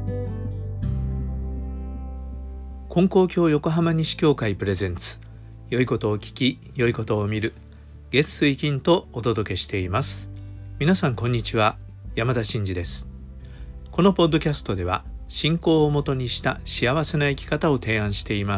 金光教横浜西教会プレゼンツ、良いことを聞き良いことを見る、月水金とお届けしています。皆さんこんにちは、山田真嗣です。このポッドキャストでは信仰をもとにした幸せな生き方を提案しています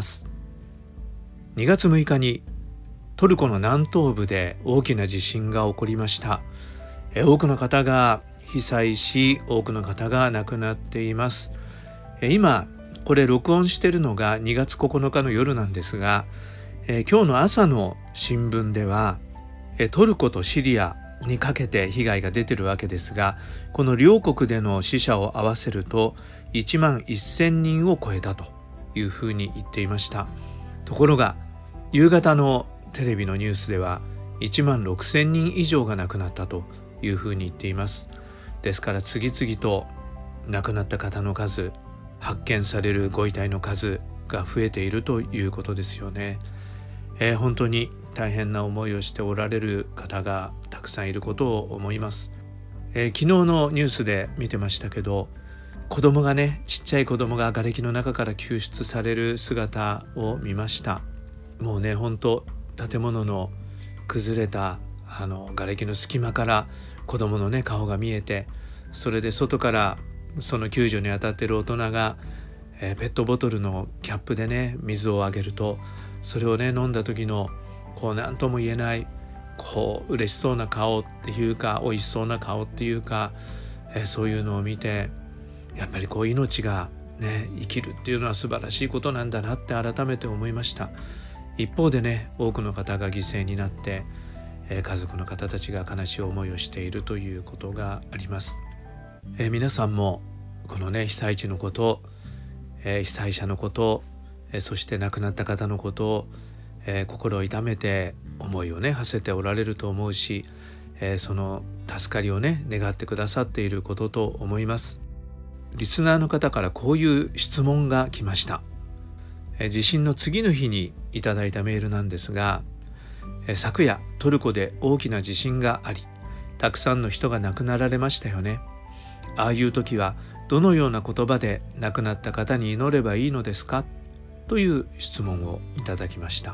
。2月6日にトルコの南東部で大きな地震が起こりました。多くの方が被災し、多くの方が亡くなっています。今これ録音しているのが2月9日の夜なんですが、今日の朝の新聞ではトルコとシリアにかけて被害が出ているわけですが、この両国での死者を合わせると1万1000人を超えたというふうに言っていました。ところが夕方のテレビのニュースでは1万6000人以上が亡くなったというふうに言っています。ですから次々と亡くなった方の数、発見されるご遺体の数が増えているということですよね。本当に大変な思いをしておられる方がたくさんいることを思います。昨日のニュースで見てましたけど、子供がね、ちっちゃい子供が瓦礫の中から救出される姿を見ました。もうね、本当建物の崩れた瓦礫の隙間から子供のね顔が見えて、それで外からその救助に当たっている大人が、ペットボトルのキャップでね水をあげると、それをね飲んだ時の何とも言えない嬉しそうな顔っていうか、美味しそうな顔っていうか、そういうのを見て、やっぱり命がね生きるっていうのは素晴らしいことなんだなって改めて思いました。一方でね、多くの方が犠牲になって、家族の方たちが悲しい思いをしているということがあります。皆さんもこのね被災地のこと、被災者のこと、そして亡くなった方のことを、心を痛めて思いをね馳せておられると思うし、その助かりをね願ってくださっていることと思います。リスナーの方からこういう質問が来ました。地震の次の日にいただいたメールなんですが、昨夜トルコで大きな地震があり、たくさんの人が亡くなられましたよね。ああいう時はどのような言葉で亡くなった方に祈ればいいのですか、という質問をいただきました。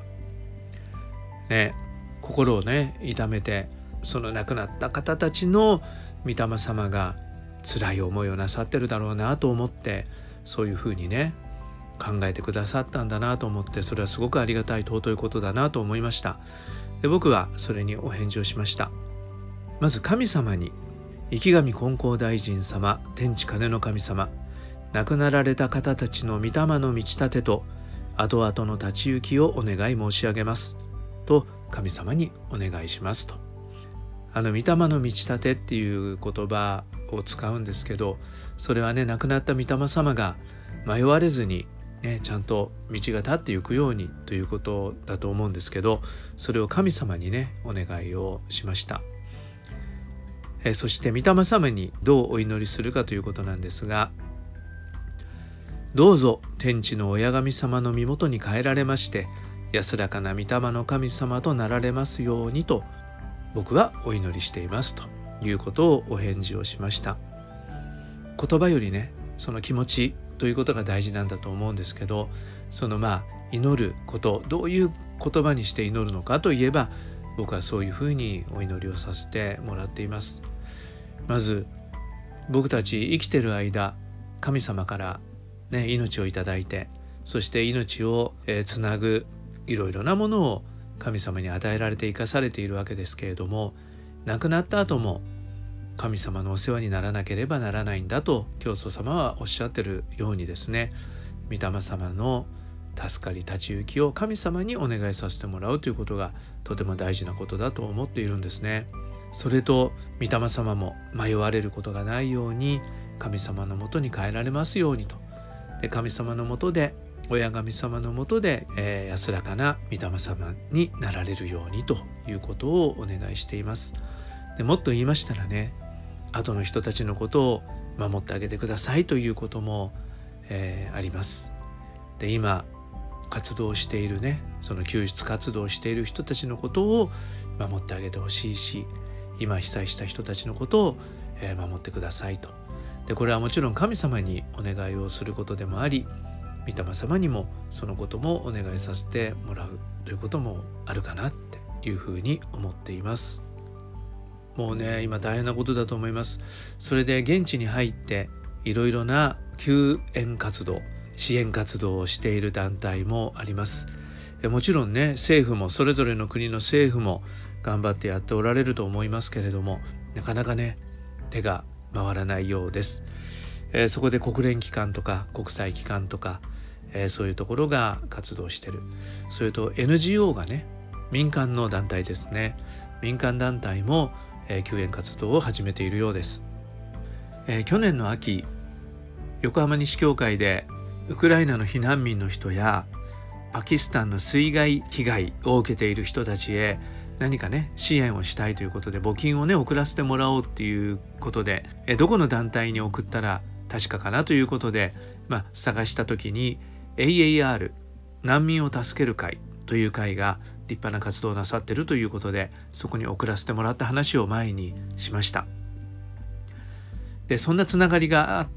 心をね痛めて、その亡くなった方たちの御霊様が辛い思いをなさってるだろうなと思って、そういうふうにね考えてくださったんだなと思って、それはすごくありがたい尊いことだなと思いました。で、僕はそれにお返事をしました。まず神様に、池上金光大臣様、天地金の神様、亡くなられた方たちの御霊の満ち立てと後々の立ち行きをお願い申し上げますと神様にお願いしますと。御霊の満ち立てっていう言葉を使うんですけど、それはね亡くなった御霊様が迷われずに、ちゃんと道が立っていくようにということだと思うんですけど、それを神様にねお願いをしました。そして御霊様にどうお祈りするかということなんですが、どうぞ天地の親神様の身元に帰られまして、安らかな御霊の神様となられますようにと僕はお祈りしていますということをお返事をしました。言葉よりねその気持ちということが大事なんだと思うんですけど、その祈ること、どういう言葉にして祈るのかといえば、僕はそういうふうにお祈りをさせてもらっています。まず僕たち生きてる間、神様から命をいただいて、そして命をつなぐいろいろなものを神様に与えられて生かされているわけですけれども、亡くなった後も神様のお世話にならなければならないんだと教祖様はおっしゃってるようにですね、御霊様の助かり立ち行きを神様にお願いさせてもらうということがとても大事なことだと思っているんですね。それと御霊様も迷われることがないように神様のもとに帰られますようにと。で、神様のもとで、親神様のもとで、安らかな御霊様になられるようにということをお願いしています。で、もっと言いましたらね、後の人たちのことを守ってあげてくださいということも、あります。で、今活動しているね、その救出活動をしている人たちのことを守ってあげてほしいし、今被災した人たちのことを、守ってくださいと。 でこれはもちろん神様にお願いをすることでもあり、御霊様にもそのこともお願いさせてもらうということもあるかなっていうふうに思っています。もうね、今大変なことだと思います。それで現地に入っていろいろな救援活動、支援活動をしている団体もあります。もちろんね、政府もそれぞれの国の政府も頑張ってやっておられると思いますけれども、なかなかね手が回らないようです。そこで国連機関とか国際機関とか、そういうところが活動してる。それと NGO がね、民間の団体ですね、民間団体も、救援活動を始めているようです。去年の秋、横浜西教会でウクライナの避難民の人やパキスタンの水害被害を受けている人たちへ何かね支援をしたいということで募金をね送らせてもらおうっていうことで、どこの団体に送ったら確かかなということで、探した時に AAR 難民を助ける会という会が立派な活動をなさっているということで、そこに送らせてもらった話を前にしました。でそんなつながりがあって、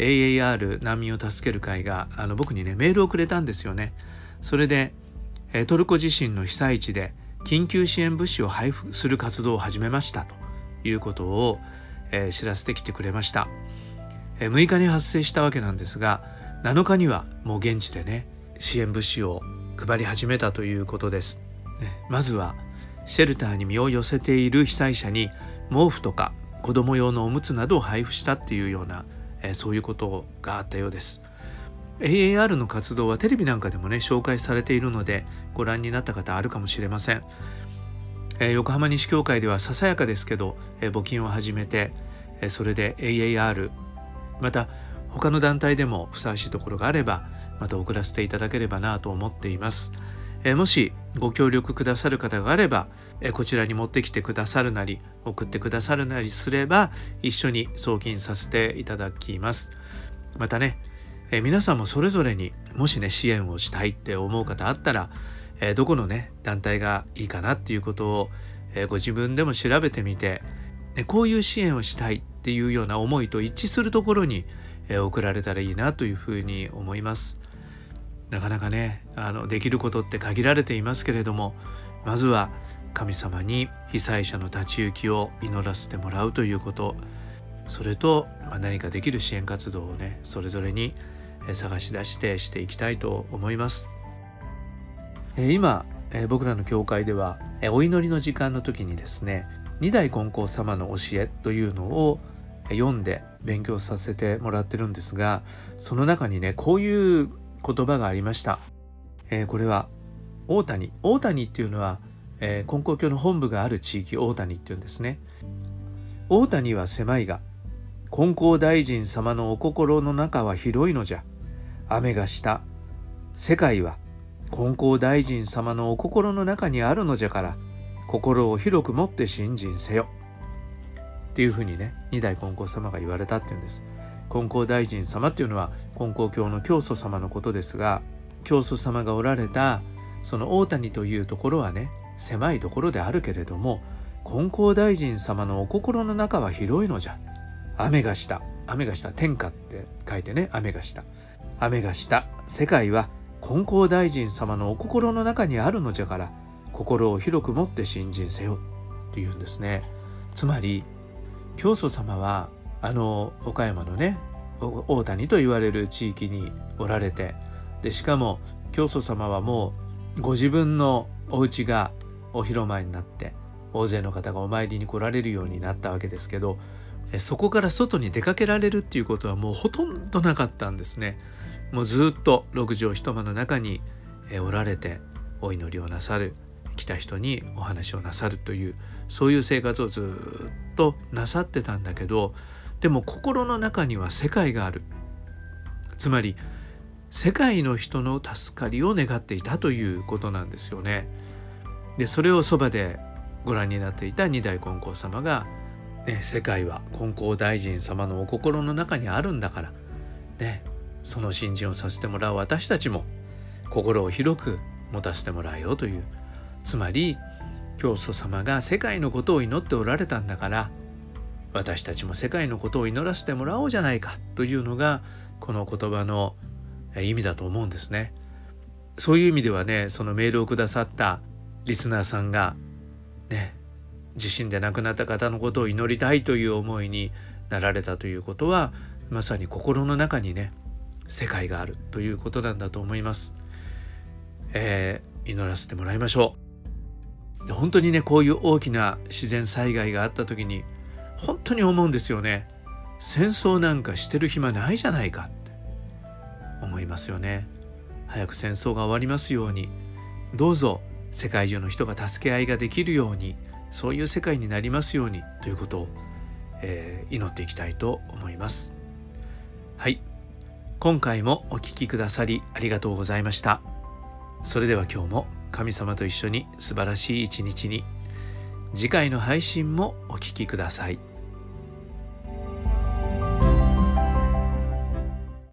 AAR 難民を助ける会が僕にねメールをくれたんですよね。それでトルコ地震の被災地で緊急支援物資を配布する活動を始めましたということを、知らせてきてくれました。6日に発生したわけなんですが、7日にはもう現地でね支援物資を配り始めたということです。まずはシェルターに身を寄せている被災者に毛布とか子供用のおむつなどを配布したっていうような、そういうことがあったようです。 AAR の活動はテレビなんかでもね紹介されているのでご覧になった方あるかもしれません。横浜西教会ではささやかですけど、募金を始めて、それで AAR また他の団体でもふさわしいところがあればまた送らせていただければなと思っています。もしご協力くださる方があれば、こちらに持ってきてくださるなり送ってくださるなりすれば一緒に送金させていただきます。またね、皆さんもそれぞれにもしね支援をしたいって思う方あったら、どこのね団体がいいかなっていうことを、ご自分でも調べてみて、こういう支援をしたいっていうような思いと一致するところに、送られたらいいなというふうに思います。なかなかねできることって限られていますけれども、まずは神様に被災者の立ち行きを祈らせてもらうということ、それと、何かできる支援活動をねそれぞれに探し出していきたいと思います。今僕らの教会ではお祈りの時間の時にですね、二代金光様の教えというのを読んで勉強させてもらってるんですが、その中にねこういう言葉がありました。これは大谷っていうのは、金光教の本部がある地域大谷っていうんですね。大谷は狭いが金光大臣様のお心の中は広いのじゃ。雨がした世界は金光大臣様のお心の中にあるのじゃから、心を広く持って信心せよっていうふうにね二代金光様が言われたっていうんです。金光大臣様っていうのは金光教の教祖様のことですが、教祖様がおられたその大谷というところはね狭いところであるけれども、金光大臣様のお心の中は広いのじゃ。雨がした天下って書いてね、雨がした世界は金光大臣様のお心の中にあるのじゃから、心を広く持って信心せよっていうんですね。つまり教祖様は岡山のね大谷と言われる地域におられて、でしかも教祖様はもうご自分のお家がお広間になって大勢の方がお参りに来られるようになったわけですけど、そこから外に出かけられるっていうことはもうほとんどなかったんですね。もうずっと六畳一間の中におられてお祈りをなさる、来た人にお話をなさるという、そういう生活をずっとなさってたんだけど、でも心の中には世界がある。つまり世界の人の助かりを願っていたということなんですよね。でそれをそばでご覧になっていた二代金光様が、世界は金光大臣様のお心の中にあるんだから、その信心をさせてもらう私たちも心を広く持たせてもらえようという、つまり教祖様が世界のことを祈っておられたんだから、 私たちも世界のことを祈らせてもらおうじゃないかというのがこの言葉の意味だと思うんですね。そういう意味ではね、そのメールをくださったリスナーさんがね、地震で亡くなった方のことを祈りたいという思いになられたということは、まさに心の中にね、世界があるということなんだと思います。祈らせてもらいましょう。で、本当にね、こういう大きな自然災害があった時に本当に思うんですよね。戦争なんかしてる暇ないじゃないかって思いますよね。早く戦争が終わりますように、どうぞ世界中の人が助け合いができるように、そういう世界になりますようにということを、祈っていきたいと思います。はい、今回もお聞きくださりありがとうございました。それでは今日も神様と一緒に素晴らしい一日に。次回の配信もお聞きください。